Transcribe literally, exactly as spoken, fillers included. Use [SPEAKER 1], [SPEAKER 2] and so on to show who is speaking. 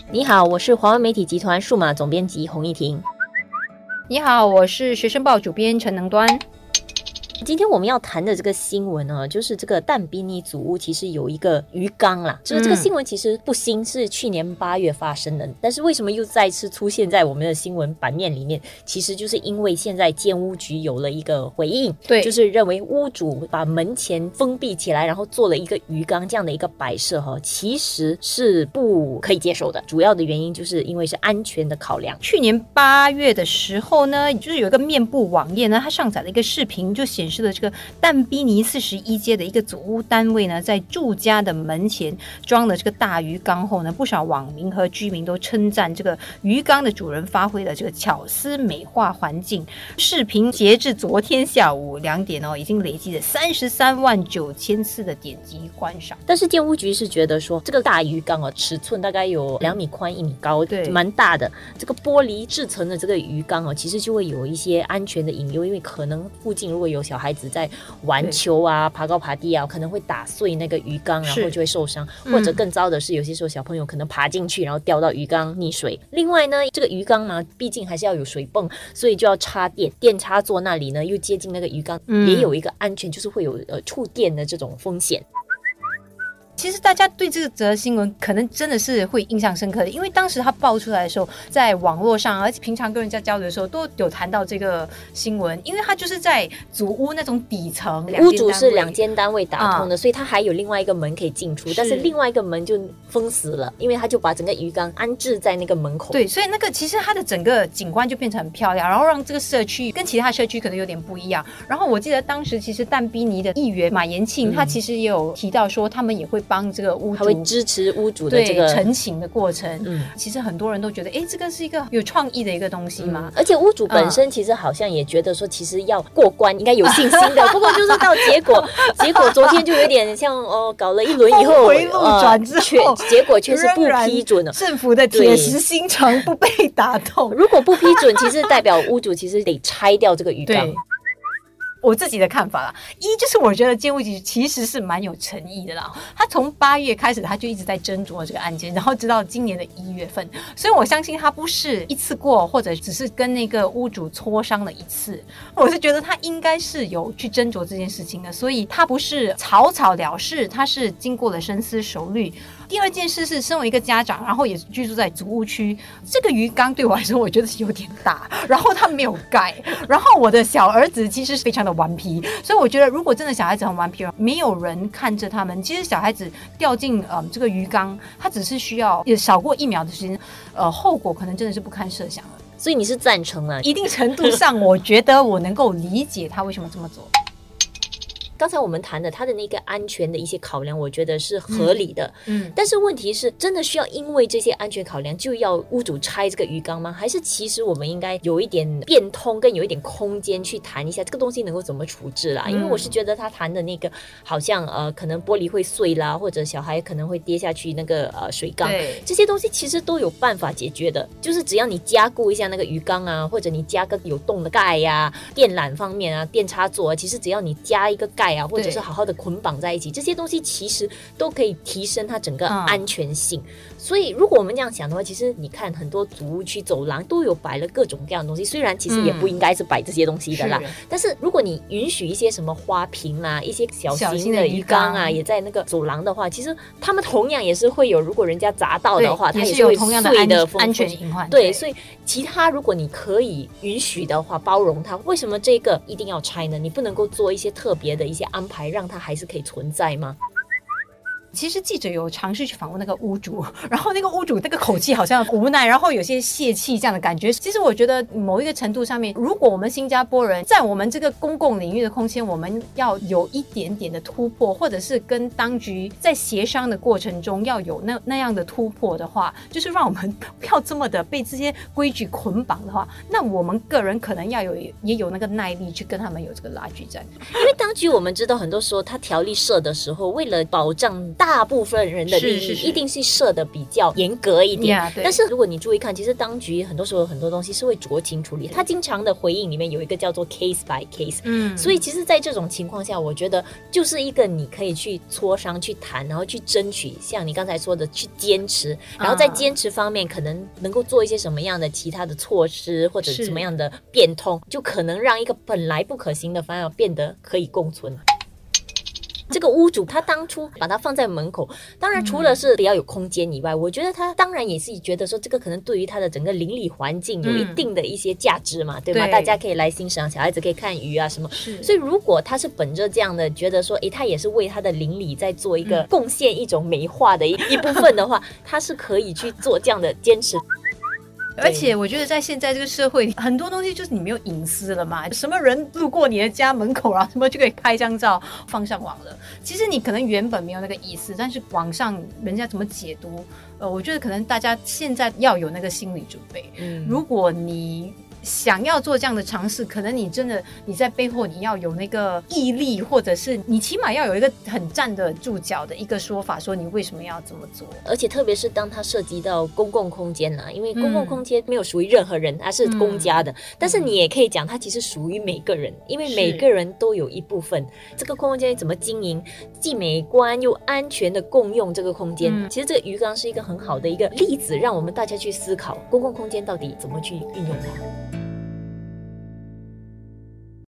[SPEAKER 1] 你好，我是华文媒体集团数码总编辑洪一婷。
[SPEAKER 2] 你好，我是学生报主编陈能端。
[SPEAKER 1] 今天我们要谈的这个新闻呢，就是这个但宾尼祖屋其实有一个鱼缸啦。就是这个新闻其实不新，是去年八月发生的，但是为什么又再次出现在我们的新闻版面里面？其实就是因为现在建屋局有了一个回应，对，就是认为屋主把门前封闭起来，然后做了一个鱼缸这样的一个摆设哈，其实是不可以接受的。主要的原因就是因为是安全的考量。
[SPEAKER 2] 去年八月的时候呢，就是有一个面部网页呢，它上载了一个视频，就显示了这个但宾尼四十一街的一个组屋单位呢，在住家的门前装了这个大鱼缸后呢，不少网民和居民都称赞这个鱼缸的主人发挥了这个巧思美化环境。视频截至昨天下午两点哦，已经累积了三十三万九千次的点击观赏。
[SPEAKER 1] 但是建屋局是觉得说，这个大鱼缸哦，尺寸大概有两米宽一米高，对，蛮大的。这个玻璃制成的这个鱼缸哦，其实就会有一些安全的隐忧，因为可能附近如果有小孩子在玩球啊、爬高爬低啊，可能会打碎那个鱼缸，然后就会受伤。或者更糟的是，有些时候小朋友可能爬进去，然后掉到鱼缸溺水。另外呢，这个鱼缸嘛，毕竟还是要有水泵，所以就要插电。电插座那里呢，又接近那个鱼缸，嗯、也有一个安全，就是会有呃触电的这种风险。
[SPEAKER 2] 其实大家对这则新闻可能真的是会印象深刻的，因为当时他爆出来的时候，在网络上，而且平常跟人家交流的时候，都有谈到这个新闻，因为他就是在祖屋那种底层，
[SPEAKER 1] 屋主是两间单位打通的、嗯，所以他还有另外一个门可以进出，是但是另外一个门就封死了，因为他就把整个鱼缸安置在那个门口。
[SPEAKER 2] 对，所以那个其实它的整个景观就变成很漂亮，然后让这个社区跟其他社区可能有点不一样。然后我记得当时其实但宾尼的议员马延庆、嗯，他其实也有提到说，他们也会帮这个屋主，
[SPEAKER 1] 他会支持屋主的这个
[SPEAKER 2] 陈情的过程。嗯，其实很多人都觉得，哎，这个是一个有创意的一个东西嘛、
[SPEAKER 1] 嗯。而且屋主本身其实好像也觉得说，其实要过关应该有信心的。不过就是到结果，结果昨天就有点像哦，搞了一轮以后，
[SPEAKER 2] 回路转之后，
[SPEAKER 1] 呃、结果却是不批准了。
[SPEAKER 2] 政府的铁石心肠不被打动。
[SPEAKER 1] 如果不批准，其实代表屋主其实得拆掉这个鱼缸。
[SPEAKER 2] 我自己的看法啦，一就是我觉得建屋局其实是蛮有诚意的啦。他从八月开始，他就一直在斟酌这个案件，然后直到今年的一月份，所以我相信他不是一次过，或者只是跟那个屋主磋商了一次。我是觉得他应该是有去斟酌这件事情的，所以他不是草草了事，他是经过了深思熟虑。第二件事是，身为一个家长，然后也居住在祖屋区，这个鱼缸对我来说，我觉得是有点大，然后他没有盖，然后我的小儿子其实非常的顽皮，所以我觉得如果真的小孩子很顽皮，没有人看着他们，其实小孩子掉进、呃、这个鱼缸，他只是需要也少过一秒的时间，呃，后果可能真的是不堪设想了。
[SPEAKER 1] 所以你是赞成了？
[SPEAKER 2] 一定程度上，我觉得我能够理解他为什么这么做。
[SPEAKER 1] 刚才我们谈的他的那个安全的一些考量，我觉得是合理的。嗯，嗯但是问题是，真的需要因为这些安全考量就要屋主拆这个鱼缸吗？还是其实我们应该有一点变通，跟有一点空间去谈一下这个东西能够怎么处置啦？嗯、因为我是觉得他谈的那个好像呃，可能玻璃会碎啦，或者小孩可能会跌下去那个呃水缸，这些东西其实都有办法解决的。就是只要你加固一下那个鱼缸啊，或者你加个有洞的盖呀、啊，电缆方面啊，电插座啊，其实只要你加一个盖。或者是好好的捆绑在一起，这些东西其实都可以提升它整个安全性、嗯、所以如果我们这样想的话，其实你看很多祖屋区走廊都有摆了各种各样的东西，虽然其实也不应该是摆这些东西的啦、嗯、但是如果你允许一些什么花瓶啦，一些小型的鱼缸啊也在那个走廊的话，其实他们同样也是会有，如果人家砸到的话，它也是会碎的
[SPEAKER 2] 安全隐患。
[SPEAKER 1] 对，所以其他如果你可以允许的话，包容它，为什么这个一定要拆呢？你不能够做一些特别的一些安排，让它还是可以存在吗？
[SPEAKER 2] 其实记者有尝试去访问那个屋主，然后那个屋主那个口气好像无奈，然后有些泄气这样的感觉。其实我觉得某一个程度上面，如果我们新加坡人在我们这个公共领域的空间，我们要有一点点的突破，或者是跟当局在协商的过程中要有那那样的突破的话，就是让我们不要这么的被这些规矩捆绑的话，那我们个人可能要有也有那个耐力去跟他们有这个拉锯战。
[SPEAKER 1] 因为当局我们知道很多时候他条例设的时候，为了保障大大部分人的利益，
[SPEAKER 2] 是是是
[SPEAKER 1] 一定是设的比较严格一点。
[SPEAKER 2] Yeah,
[SPEAKER 1] 但是如果你注意看，其实当局很多时候很多东西是会酌情处理，他经常的回应里面有一个叫做 case by case，嗯，所以其实在这种情况下，我觉得就是一个你可以去磋商、去谈，然后去争取，像你刚才说的去坚持，然后在坚持方面可能能够做一些什么样的其他的措施，或者什么样的变通，就可能让一个本来不可行的反而变得可以共存。这个屋主他当初把它放在门口，当然除了是比较有空间以外，嗯，我觉得他当然也是觉得说这个可能对于他的整个邻里环境有一定的一些价值嘛，嗯，对吧？对，大家可以来欣赏，小孩子可以看鱼啊什么，所以如果他是本着这样的觉得说诶他也是为他的邻里在做一个贡献，一种美化的 一, 一部分的话，他是可以去做这样的坚持。
[SPEAKER 2] 而且我觉得在现在这个社会里，很多东西就是你没有隐私了嘛，什么人路过你的家门口啊，什么就可以拍张照放上网了。其实你可能原本没有那个意思，但是网上人家怎么解读，呃，我觉得可能大家现在要有那个心理准备。嗯，如果你想要做这样的尝试，可能你真的你在背后你要有那个毅力，或者是你起码要有一个很站得住脚的一个说法，说你为什么要这么做。
[SPEAKER 1] 而且特别是当它涉及到公共空间啊，因为公共空间没有属于任何人，它是公家的，嗯，但是你也可以讲它其实属于每个人，因为每个人都有一部分这个空间怎么经营，既美观又安全的共用这个空间，嗯，其实这个鱼缸是一个很好的一个例子，让我们大家去思考公共空间到底怎么去运用它。